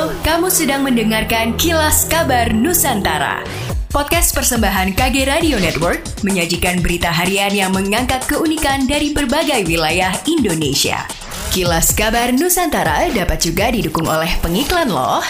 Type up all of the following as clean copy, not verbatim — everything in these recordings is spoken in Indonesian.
Halo, kamu sedang mendengarkan Kilas Kabar Nusantara. Podcast persembahan KG Radio Network menyajikan berita harian yang mengangkat keunikan dari berbagai wilayah Indonesia. Kilas Kabar Nusantara dapat juga didukung oleh pengiklan loh.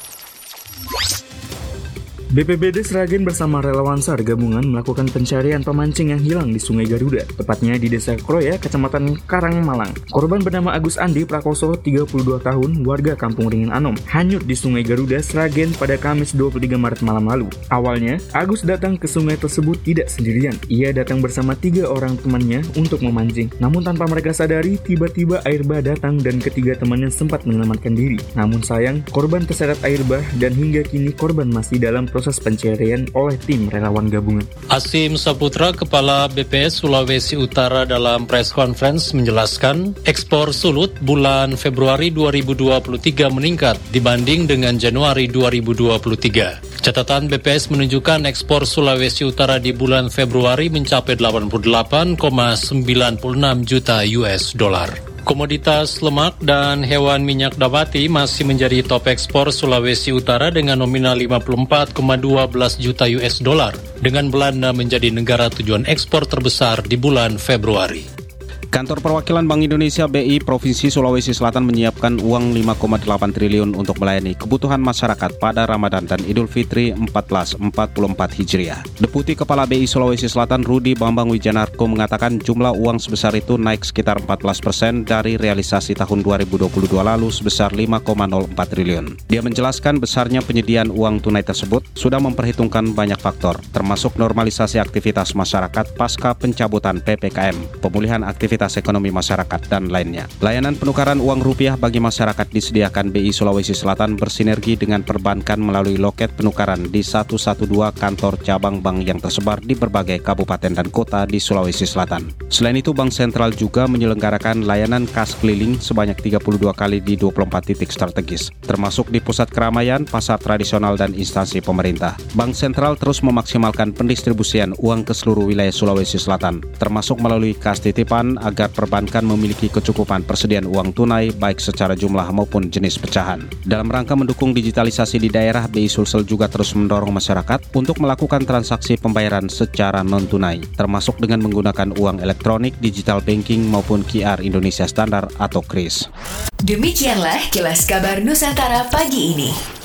BPBD Sragen bersama relawan SAR gabungan melakukan pencarian pemancing yang hilang di Sungai Garuda, tepatnya di Desa Kroya, Kecamatan Karangmalang. Korban bernama Agus Andi Prakoso, 32 tahun, warga Kampung Ringin Anom, hanyut di Sungai Garuda, Sragen pada Kamis 23 Maret malam lalu. Awalnya, Agus datang ke sungai tersebut tidak sendirian. Ia datang bersama 3 orang temannya untuk memancing. Namun tanpa mereka sadari, tiba-tiba air bah datang dan ketiga temannya sempat menyelamatkan diri. Namun sayang, korban terseret air bah dan hingga kini korban masih dalam proses pencarian oleh tim relawan gabungan. Asim Saputra, Kepala BPS Sulawesi Utara dalam press conference menjelaskan, ekspor sulut bulan Februari 2023 meningkat dibanding dengan Januari 2023. Catatan BPS menunjukkan ekspor Sulawesi Utara di bulan Februari mencapai 88,96 juta US dollar. Komoditas lemak dan hewan minyak nabati masih menjadi top ekspor Sulawesi Utara dengan nominal 54,12 juta US dollar, dengan Belanda menjadi negara tujuan ekspor terbesar di bulan Februari. Kantor Perwakilan Bank Indonesia BI Provinsi Sulawesi Selatan menyiapkan uang 5,8 triliun untuk melayani kebutuhan masyarakat pada Ramadan dan Idul Fitri 1444 Hijriah. Deputi Kepala BI Sulawesi Selatan Rudi Bambang Wijanarko mengatakan jumlah uang sebesar itu naik sekitar 14% dari realisasi tahun 2022 lalu sebesar 5,04 triliun. Dia menjelaskan besarnya penyediaan uang tunai tersebut sudah memperhitungkan banyak faktor, termasuk normalisasi aktivitas masyarakat pasca pencabutan PPKM, pemulihan aktivitas ekonomi masyarakat, dan lainnya. Layanan penukaran uang rupiah bagi masyarakat disediakan BI Sulawesi Selatan bersinergi dengan perbankan melalui loket penukaran di 112 kantor cabang bank yang tersebar di berbagai kabupaten dan kota di Sulawesi Selatan. Selain itu, Bank Sentral juga menyelenggarakan layanan kas keliling sebanyak 32 kali di 24 titik strategis, termasuk di pusat keramaian, pasar tradisional, dan instansi pemerintah. Bank Sentral terus memaksimalkan pendistribusian uang ke seluruh wilayah Sulawesi Selatan, termasuk melalui kas titipan agar perbankan memiliki kecukupan persediaan uang tunai baik secara jumlah maupun jenis pecahan. Dalam rangka mendukung digitalisasi di daerah, BI Sulsel juga terus mendorong masyarakat untuk melakukan transaksi pembayaran secara non-tunai, termasuk dengan menggunakan uang elektronik, digital banking maupun QR Indonesia Standar atau KRIS. Demikianlah Kilas Kabar Nusantara pagi ini.